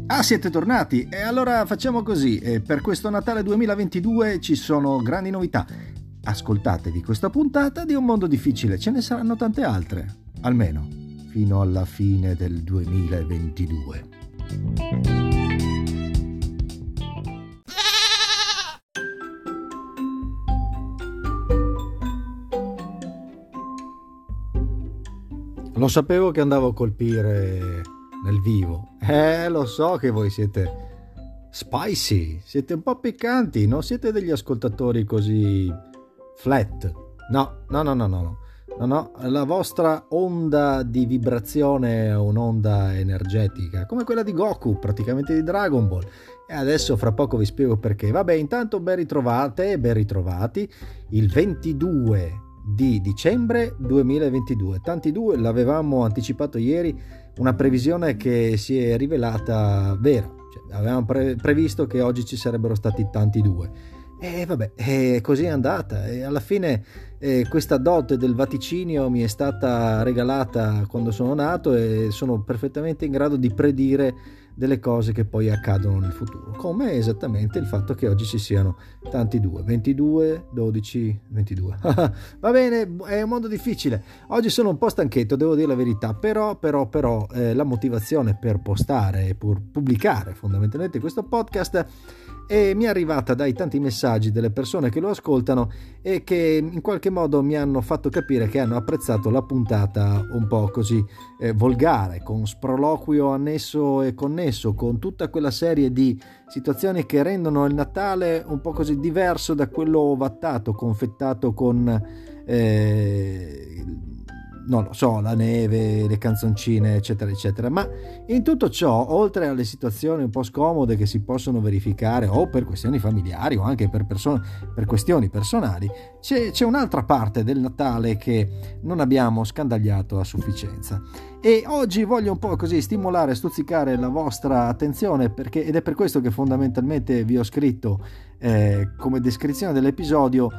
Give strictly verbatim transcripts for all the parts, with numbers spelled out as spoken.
Ah, siete tornati? E allora facciamo così, e per questo Natale duemilaventidue ci sono grandi novità. Ascoltatevi questa puntata di Un Mondo Difficile, ce ne saranno tante altre, almeno fino alla fine del duemilaventidue. Lo sapevo che andavo a colpire nel vivo. Eh, lo so che voi siete spicy, siete un po' piccanti, non siete degli ascoltatori così flat. No, no, no, no, no, no, no, la vostra onda di vibrazione è un'onda energetica, come quella di Goku, praticamente di Dragon Ball. E adesso fra poco vi spiego perché. Vabbè, intanto ben ritrovate e ben ritrovati il ventidue di dicembre duemilaventidue. Tanti due, l'avevamo anticipato ieri, una previsione che si è rivelata vera, cioè, avevamo pre- previsto che oggi ci sarebbero stati tanti due e vabbè, e così è andata, e alla fine eh, questa dote del vaticinio mi è stata regalata quando sono nato e sono perfettamente in grado di predire delle cose che poi accadono nel futuro, come esattamente il fatto che oggi ci siano tanti due, ventidue, dodici, ventidue. Va bene, è un mondo difficile. Oggi sono un po' stanchetto, devo dire la verità, però però però eh, la motivazione per postare e per pubblicare fondamentalmente questo podcast e mi è arrivata dai tanti messaggi delle persone che lo ascoltano e che in qualche modo mi hanno fatto capire che hanno apprezzato la puntata un po' così eh, volgare, con sproloquio annesso e connesso, con tutta quella serie di situazioni che rendono il Natale un po' così diverso da quello ovattato, confettato con eh, non lo so, la neve, le canzoncine, eccetera, eccetera. Ma in tutto ciò, oltre alle situazioni un po' scomode che si possono verificare o per questioni familiari o anche per, person- per questioni personali, c'è, c'è un'altra parte del Natale che non abbiamo scandagliato a sufficienza. E oggi voglio un po' così stimolare e stuzzicare la vostra attenzione, perché, ed è per questo che fondamentalmente vi ho scritto eh, come descrizione dell'episodio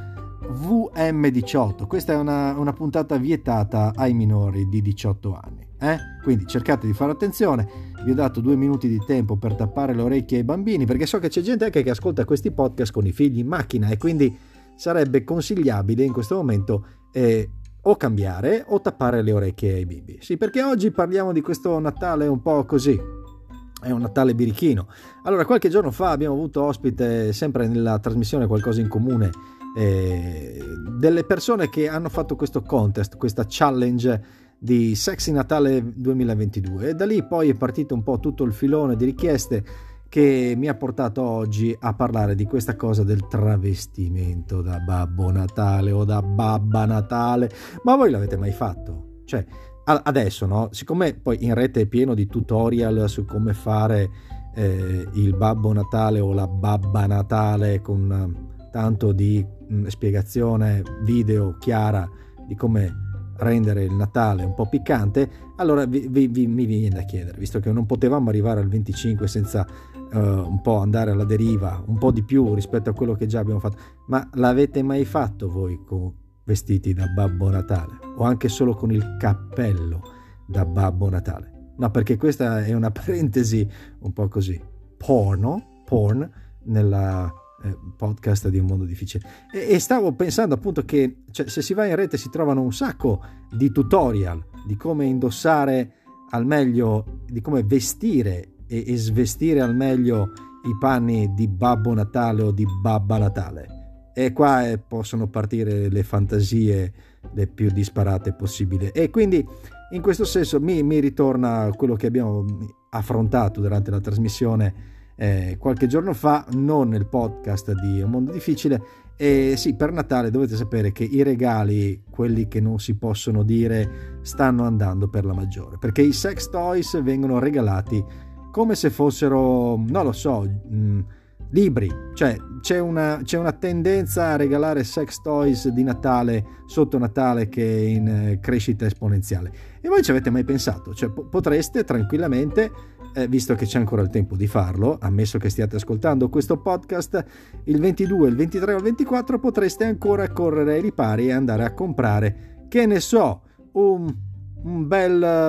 V M diciotto. Questa è una, una puntata vietata ai minori di diciotto anni, eh? Quindi cercate di fare attenzione. Vi ho dato due minuti di tempo per tappare le orecchie ai bambini, perché so che c'è gente anche che ascolta questi podcast con i figli in macchina e quindi sarebbe consigliabile in questo momento eh, o cambiare o tappare le orecchie ai bimbi. Sì, perché oggi parliamo di questo Natale un po' così, è un Natale birichino. Allora, qualche giorno fa abbiamo avuto ospite, sempre nella trasmissione Qualcosa in Comune, Eh, delle persone che hanno fatto questo contest, questa challenge di Sexy Natale duemilaventidue, e da lì poi è partito un po' tutto il filone di richieste che mi ha portato oggi a parlare di questa cosa del travestimento da Babbo Natale o da Babba Natale. Ma voi l'avete mai fatto? Cioè, adesso, no? Siccome poi in rete è pieno di tutorial su come fare eh, il Babbo Natale o la Babba Natale, con tanto di mh, spiegazione video chiara di come rendere il Natale un po' piccante, allora vi, vi, vi, mi viene da chiedere, visto che non potevamo arrivare al venticinque senza uh, un po' andare alla deriva, un po' di più rispetto a quello che già abbiamo fatto, ma l'avete mai fatto voi con vestiti da Babbo Natale o anche solo con il cappello da Babbo Natale? No, perché questa è una parentesi un po' così porno, porn nella podcast di Un Mondo Difficile, e, e stavo pensando appunto che cioè, se si va in rete si trovano un sacco di tutorial di come indossare al meglio, di come vestire e, e svestire al meglio i panni di Babbo Natale o di Babba Natale, e qua eh, possono partire le fantasie le più disparate possibili. E quindi in questo senso mi, mi ritorna quello che abbiamo affrontato durante la trasmissione Eh, qualche giorno fa, non nel podcast di Un Mondo Difficile. E sì, per Natale dovete sapere che i regali, quelli che non si possono dire, stanno andando per la maggiore, perché i sex toys vengono regalati come se fossero, non lo so, mh, libri. Cioè c'è una, c'è una tendenza a regalare sex toys di Natale sotto Natale che è in eh, crescita esponenziale. E voi ci avete mai pensato? Cioè po- potreste tranquillamente, eh, visto che c'è ancora il tempo di farlo, ammesso che stiate ascoltando questo podcast il ventidue, il ventitré o il ventiquattro, potreste ancora correre ai ripari e andare a comprare, che ne so, un, un bel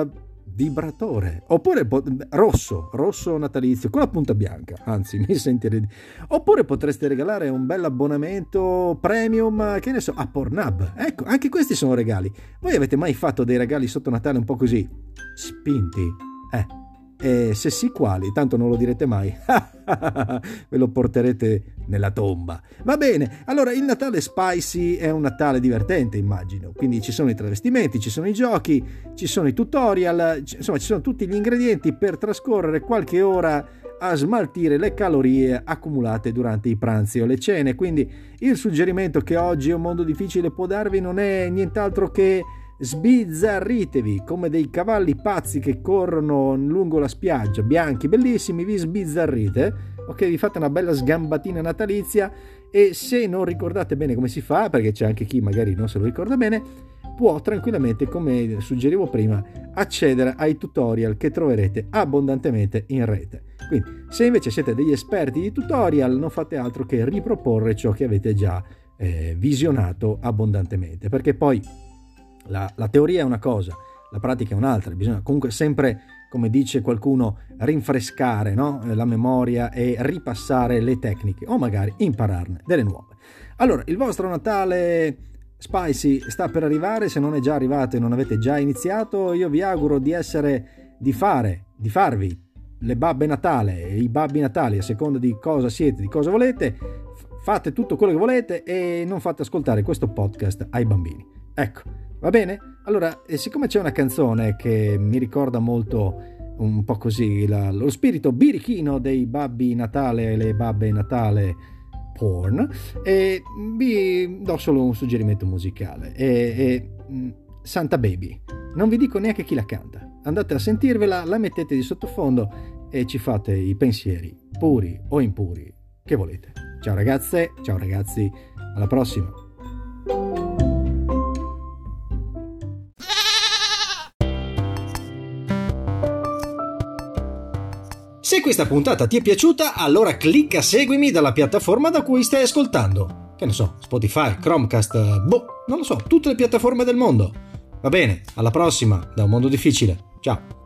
vibratore, oppure po- rosso, rosso natalizio con la punta bianca, anzi mi sentirei, oppure potreste regalare un bel abbonamento premium, che ne so, a Pornhub. Ecco, anche questi sono regali. Voi avete mai fatto dei regali sotto Natale un po' così spinti? Eh E se sì, quali? Tanto non lo direte mai. Ve lo porterete nella tomba. Va bene, allora il Natale Spicy è un Natale divertente, immagino. Quindi ci sono i travestimenti, ci sono i giochi, ci sono i tutorial, insomma ci sono tutti gli ingredienti per trascorrere qualche ora a smaltire le calorie accumulate durante i pranzi o le cene. Quindi il suggerimento che oggi Un Mondo Difficile può darvi non è nient'altro che: sbizzarritevi come dei cavalli pazzi che corrono lungo la spiaggia, bianchi, bellissimi, vi sbizzarrite, ok? Vi fate una bella sgambatina natalizia, e se non ricordate bene come si fa, perché c'è anche chi magari non se lo ricorda bene, può tranquillamente, come suggerivo prima, accedere ai tutorial che troverete abbondantemente in rete. Quindi se invece siete degli esperti di tutorial, non fate altro che riproporre ciò che avete già eh, visionato abbondantemente, perché poi La, la teoria è una cosa, la pratica è un'altra. Bisogna comunque sempre, come dice qualcuno, rinfrescare, no? la memoria e ripassare le tecniche, o magari impararne delle nuove. Allora, il vostro Natale Spicy sta per arrivare. Se non è già arrivato e non avete già iniziato, io vi auguro di essere, di fare, di farvi le babbe Natale e i babbi Natali, a seconda di cosa siete, di cosa volete. Fate tutto quello che volete e non fate ascoltare questo podcast ai bambini. Ecco, va bene? Allora, eh, siccome c'è una canzone che mi ricorda molto un po' così la, lo spirito birichino dei babbi Natale e le babbe Natale porn, e vi do solo un suggerimento musicale. E, e, Santa Baby, non vi dico neanche chi la canta, andate a sentirvela, la mettete di sottofondo e ci fate i pensieri puri o impuri che volete. Ciao ragazze, ciao ragazzi, alla prossima. Se questa puntata ti è piaciuta, allora clicca seguimi dalla piattaforma da cui stai ascoltando. Che ne so, Spotify, Chromecast, boh, non lo so, tutte le piattaforme del mondo. Va bene, alla prossima, da Un Mondo Difficile. Ciao.